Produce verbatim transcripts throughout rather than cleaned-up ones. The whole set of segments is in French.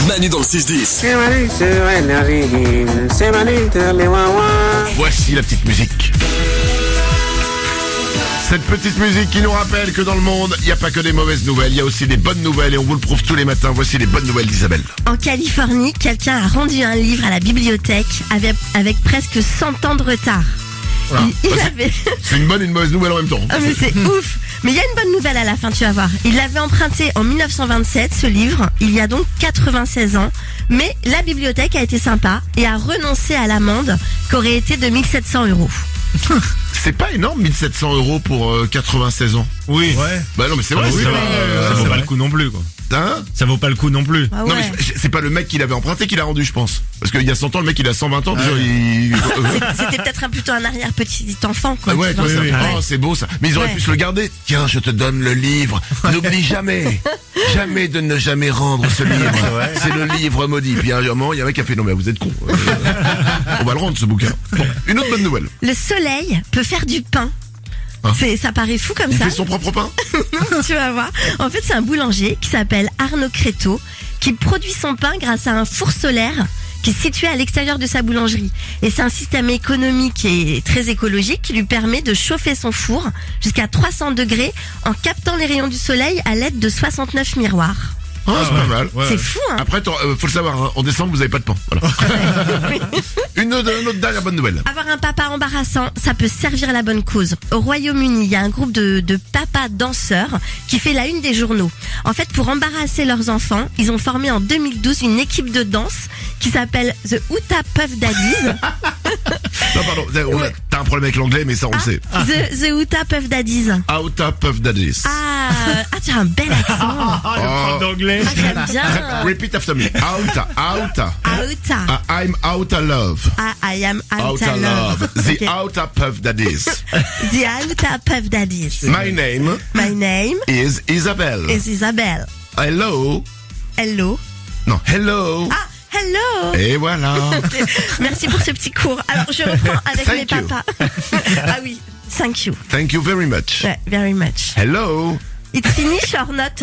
Manu dans le six dix. C'est Manu sur Énergie, c'est Manu de les Wawa. Voici la petite musique. Cette petite musique qui nous rappelle que dans le monde, il n'y a pas que des mauvaises nouvelles, il y a aussi des bonnes nouvelles et on vous le prouve tous les matins. Voici les bonnes nouvelles d'Isabelle. En Californie, quelqu'un a rendu un livre à la bibliothèque avec, avec presque cent ans de retard. Voilà. Il, il Bah, c'est- avait... C'est une bonne et une mauvaise nouvelle en même temps. Ah mais c'est ouf. Mais il y a une bonne nouvelle à la fin, tu vas voir. Il l'avait emprunté en mille neuf cent vingt-sept, ce livre, il y a donc quatre-vingt-seize ans. Mais la bibliothèque a été sympa et a renoncé à l'amende qui aurait été de mille sept cents euros. C'est pas énorme, mille sept cents euros pour euh, quatre-vingt-seize ans. Oui. Ouais. Bah non mais c'est Ça, vrai, vaut, c'est ça, vrai. va, Euh, ça vaut c'est pas vrai. le coup non plus, quoi. Hein Ça vaut pas le coup non plus. Ah Non mais ouais. je- c'est pas le mec qui l'avait emprunté qui l'a rendu je pense. Parce qu'il y a cent ans le mec il a cent vingt ans déjà il... C'était peut-être un plutôt un arrière petit enfant quoi. Ah ouais, tu toi, vois. ça- oui, oui. oh, c'est beau ça. Mais ils auraient Ouais. pu se le garder. Tiens, je te donne le livre. N'oublie jamais, jamais de ne jamais rendre ce livre. C'est le livre maudit. Puis à un moment, il y a un mec qui a fait non mais vous êtes con. On va le rendre ce bouquin. Bon, une autre bonne nouvelle. Le soleil peut faire du pain. Hein C'est, ça paraît fou comme Il ça. fait son propre pain. Tu vas voir. En fait, c'est un boulanger qui s'appelle Arnaud Créteau qui produit son pain grâce à un four solaire qui est situé à l'extérieur de sa boulangerie. Et c'est un système économique et très écologique qui lui permet de chauffer son four jusqu'à trois cents degrés en captant les rayons du soleil à l'aide de soixante-neuf miroirs. Oh, c'est pas mal. Ouais. C'est fou, hein? Après, t'auras- euh, faut le savoir, hein, en décembre, vous avez pas de pain. Voilà. une, autre, une autre dernière bonne nouvelle. Avoir un papa embarrassant, ça peut servir à la bonne cause. Au Royaume-Uni, il y a un groupe de, de papas danseurs qui fait la une des journaux. En fait, pour embarrasser leurs enfants, ils ont formé en deux mille douze une équipe de danse qui s'appelle The Utah Puff Daddies. Non, pardon, on a- t'as un problème avec l'anglais, mais ça, on le sait. The, The Utah Puff Daddies. Out of Daddies. Ah, ah, tu as un bel accent. Ah, le prof d'anglais. Ah, j'aime bien. Repeat after me. Out, out. Utah. Uh, I'm out of love. Ah, I am Out Utah of love. love. The Ok. out of Puff Daddies. The Utah Puff Daddies. My name My name is Isabelle. is Isabelle. Hello. Hello. Non, hello. Ah, hello. Et voilà. Merci pour ce petit cours. Alors, je reprends avec Thank mes you. papas. Ah oui, thank you. Thank you very much. Ouais, very much. Hello. It's finish or not?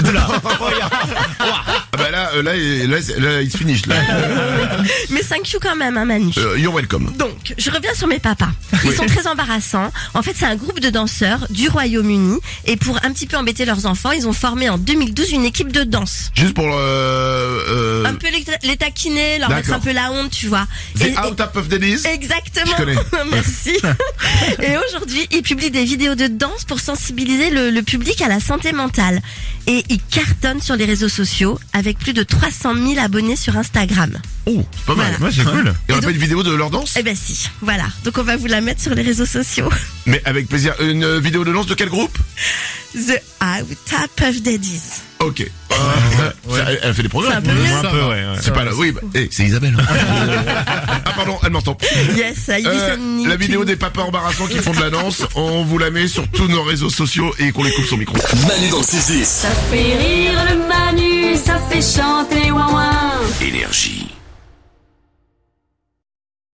Ah bah là, euh, là, il- là, c'est- là, il se finish là. Mais thank you quand même, hein, Manu. Euh, you're welcome. Donc, je reviens sur mes papas. Ils sont très embarrassants. En fait, c'est un groupe de danseurs du Royaume-Uni. Et pour un petit peu embêter leurs enfants, ils ont formé en deux mille douze une équipe de danse. Juste pour euh, euh, Un peu les, les taquiner, leur mettre D'accord. un peu la honte, tu vois. The Et- out of Daddies. Exactement. Je connais. Merci. Et aujourd'hui, ils publient des vidéos de danse pour sensibiliser le, le public à la santé mentale. Et ils cartonnent sur les réseaux sociaux avec plus de trois cent mille abonnés sur Instagram. Oh, c'est pas mal. Voilà. Ouais, c'est cool. Il y aura Et pas une vidéo de leur danse? Eh ben si, voilà. Donc on va vous la mettre sur les réseaux sociaux. Mais avec plaisir. Une euh, vidéo de danse de quel groupe? The Utah Puff Daddies. Ok. Euh, ça, elle, elle fait des progrès. C'est un peu mieux. Un peu, ouais. ouais. C'est pas là. Oui, bah, eh, c'est Isabelle. Ah pardon, elle m'entend. Yes, I Euh, listen me la too. vidéo des papas embarrassants qui font de la danse, on vous la met sur tous nos réseaux sociaux et qu'on les coupe son micro. Manu dans le six dix. Ça fait rire le Manu, ça fait chanter ouin ouin. Énergie.